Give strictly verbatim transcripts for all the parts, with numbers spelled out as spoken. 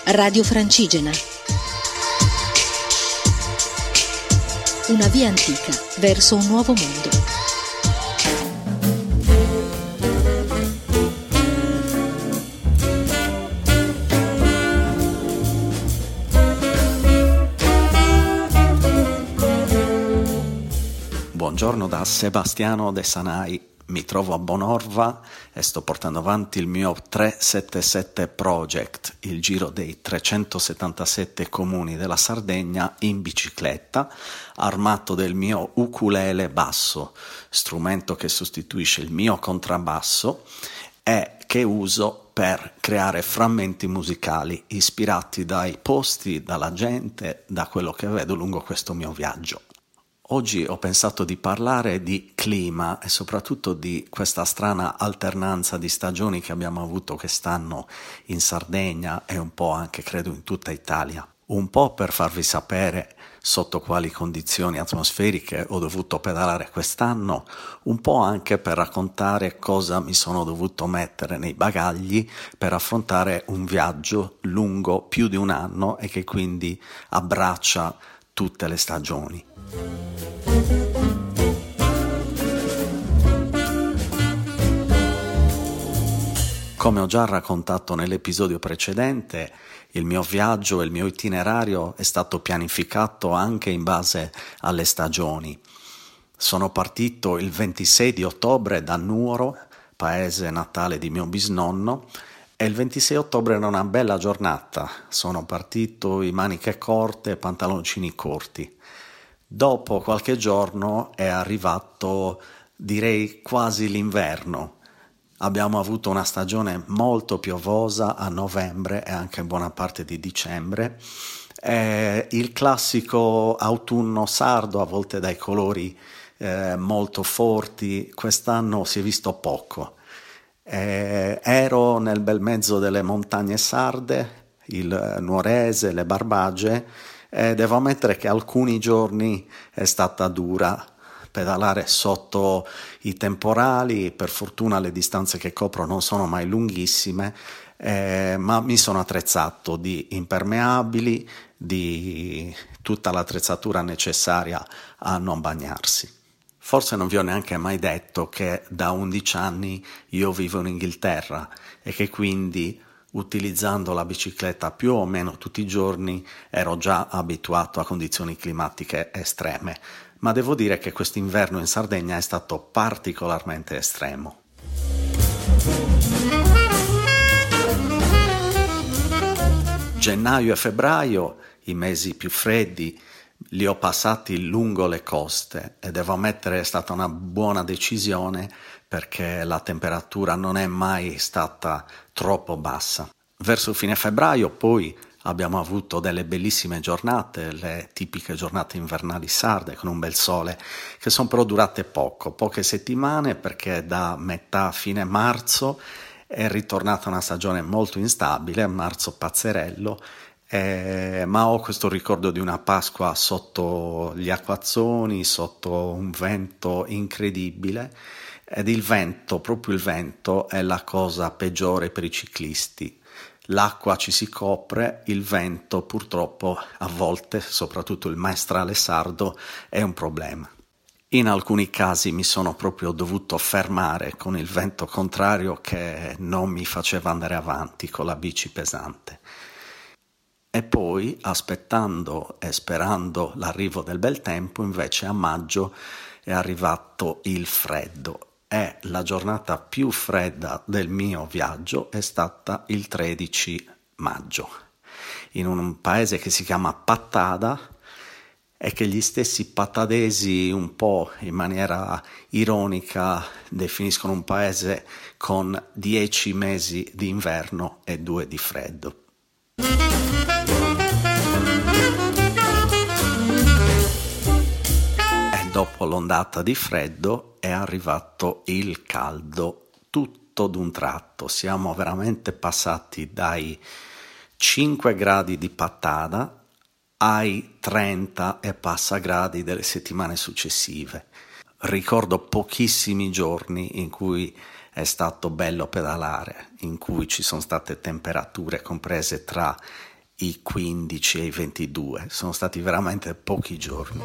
Radio Francigena. Una via antica verso un nuovo mondo. Buongiorno da Sebastiano De Sanai. Mi trovo a Bonorva e sto portando avanti il mio trecentosettantasette Project, il giro dei trecentosettantasette comuni della Sardegna in bicicletta, armato del mio ukulele basso, strumento che sostituisce il mio contrabbasso e che uso per creare frammenti musicali ispirati dai posti, dalla gente, da quello che vedo lungo questo mio viaggio. Oggi ho pensato di parlare di clima e soprattutto di questa strana alternanza di stagioni che abbiamo avuto quest'anno in Sardegna e un po' anche credo in tutta Italia. Un po' per farvi sapere sotto quali condizioni atmosferiche ho dovuto pedalare quest'anno, un po' anche per raccontare cosa mi sono dovuto mettere nei bagagli per affrontare un viaggio lungo più di un anno e che quindi abbraccia tutte le stagioni. Come ho già raccontato nell'episodio precedente, il mio viaggio e il mio itinerario è stato pianificato anche in base alle stagioni. Sono partito il ventisei di ottobre da Nuoro, paese natale di mio bisnonno, e il ventisei ottobre era una bella giornata. Sono partito in maniche corte e pantaloncini corti. Dopo qualche giorno è arrivato, direi, quasi l'inverno. Abbiamo avuto una stagione molto piovosa a novembre e anche in buona parte di dicembre. È il classico autunno sardo, a volte dai colori eh, molto forti. Quest'anno si è visto poco. Eh, ero nel bel mezzo delle montagne sarde, il Nuorese, le Barbagie, e devo ammettere che alcuni giorni è stata dura pedalare sotto i temporali. Per fortuna le distanze che copro non sono mai lunghissime, eh, ma mi sono attrezzato di impermeabili, di tutta l'attrezzatura necessaria a non bagnarsi. Forse non vi ho neanche mai detto che da undici anni io vivo in Inghilterra e che quindi utilizzando la bicicletta più o meno tutti i giorni ero già abituato a condizioni climatiche estreme, ma devo dire che quest'inverno in Sardegna è stato particolarmente estremo. Gennaio e febbraio, i mesi più freddi, li ho passati lungo le coste e devo ammettere è stata una buona decisione perché la temperatura non è mai stata troppo bassa. Verso fine febbraio poi abbiamo avuto delle bellissime giornate, le tipiche giornate invernali sarde con un bel sole, che sono però durate poco, poche settimane, perché da metà fine marzo è ritornata una stagione molto instabile, marzo pazzerello, eh, ma ho questo ricordo di una Pasqua sotto gli acquazzoni, sotto un vento incredibile, ed il vento, proprio il vento, è la cosa peggiore per i ciclisti. L'acqua ci si copre, il vento purtroppo a volte, soprattutto il maestrale sardo, è un problema. In alcuni casi mi sono proprio dovuto fermare con il vento contrario che non mi faceva andare avanti con la bici pesante. E poi, aspettando e sperando l'arrivo del bel tempo, invece a maggio è arrivato il freddo. E la giornata più fredda del mio viaggio è stata il tredici maggio, in un paese che si chiama Pattada e che gli stessi pattadesi un po' in maniera ironica definiscono un paese con dieci mesi di inverno e due di freddo. E dopo l'ondata di freddo è arrivato il caldo tutto d'un tratto. Siamo veramente passati dai cinque gradi di Pattada ai trenta e passa gradi delle settimane successive. Ricordo pochissimi giorni in cui è stato bello pedalare, in cui ci sono state temperature comprese tra i quindici e i ventidue, sono stati veramente pochi giorni.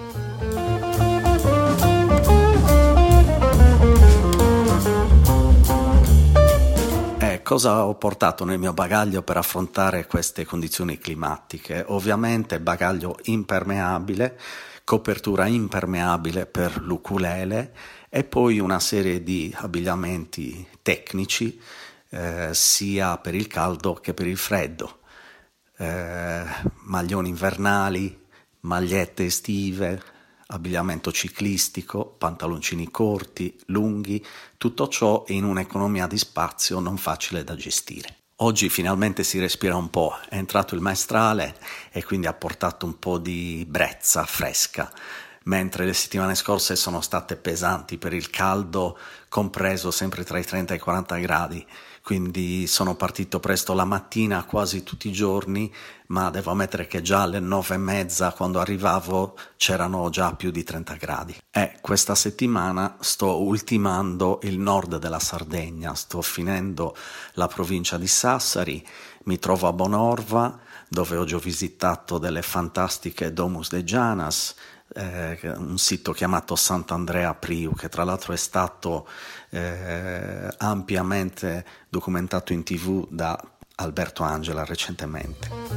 E cosa ho portato nel mio bagaglio per affrontare queste condizioni climatiche? Ovviamente bagaglio impermeabile, copertura impermeabile per l'ukulele e poi una serie di abbigliamenti tecnici eh, sia per il caldo che per il freddo. Eh, maglioni invernali, magliette estive, abbigliamento ciclistico, pantaloncini corti, lunghi, tutto ciò in un'economia di spazio non facile da gestire. Oggi finalmente si respira un po', è entrato il maestrale e quindi ha portato un po' di brezza fresca, mentre le settimane scorse sono state pesanti per il caldo compreso sempre tra i trenta e i quaranta gradi, quindi sono partito presto la mattina quasi tutti i giorni, ma devo ammettere che già alle nove e mezza quando arrivavo c'erano già più di trenta gradi. E questa settimana sto ultimando il nord della Sardegna, sto finendo la provincia di Sassari, mi trovo a Bonorva, dove ho già visitato delle fantastiche Domus de Janas, Eh, un sito chiamato Sant'Andrea Priu, che tra l'altro è stato eh, ampiamente documentato in tv da Alberto Angela recentemente.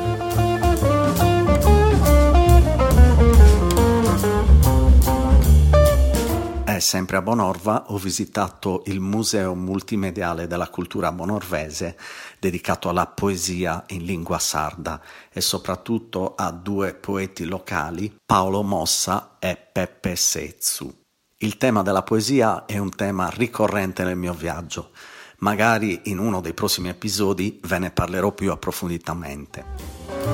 E sempre a Bonorva ho visitato il Museo Multimediale della Cultura Bonorvese dedicato alla poesia in lingua sarda e soprattutto a due poeti locali, Paolo Mossa e Peppe Sezzu. Il tema della poesia è un tema ricorrente nel mio viaggio, magari in uno dei prossimi episodi ve ne parlerò più approfonditamente.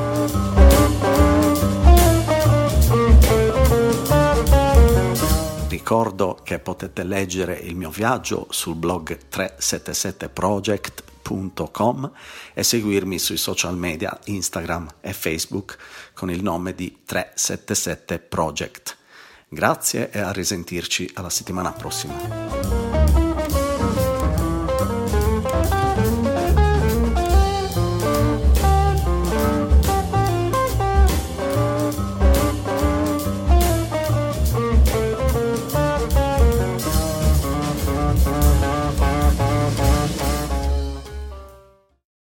Ricordo che potete leggere il mio viaggio sul blog tre sette sette project punto com e seguirmi sui social media Instagram e Facebook con il nome di tre sette sette project. Grazie e a risentirci alla settimana prossima.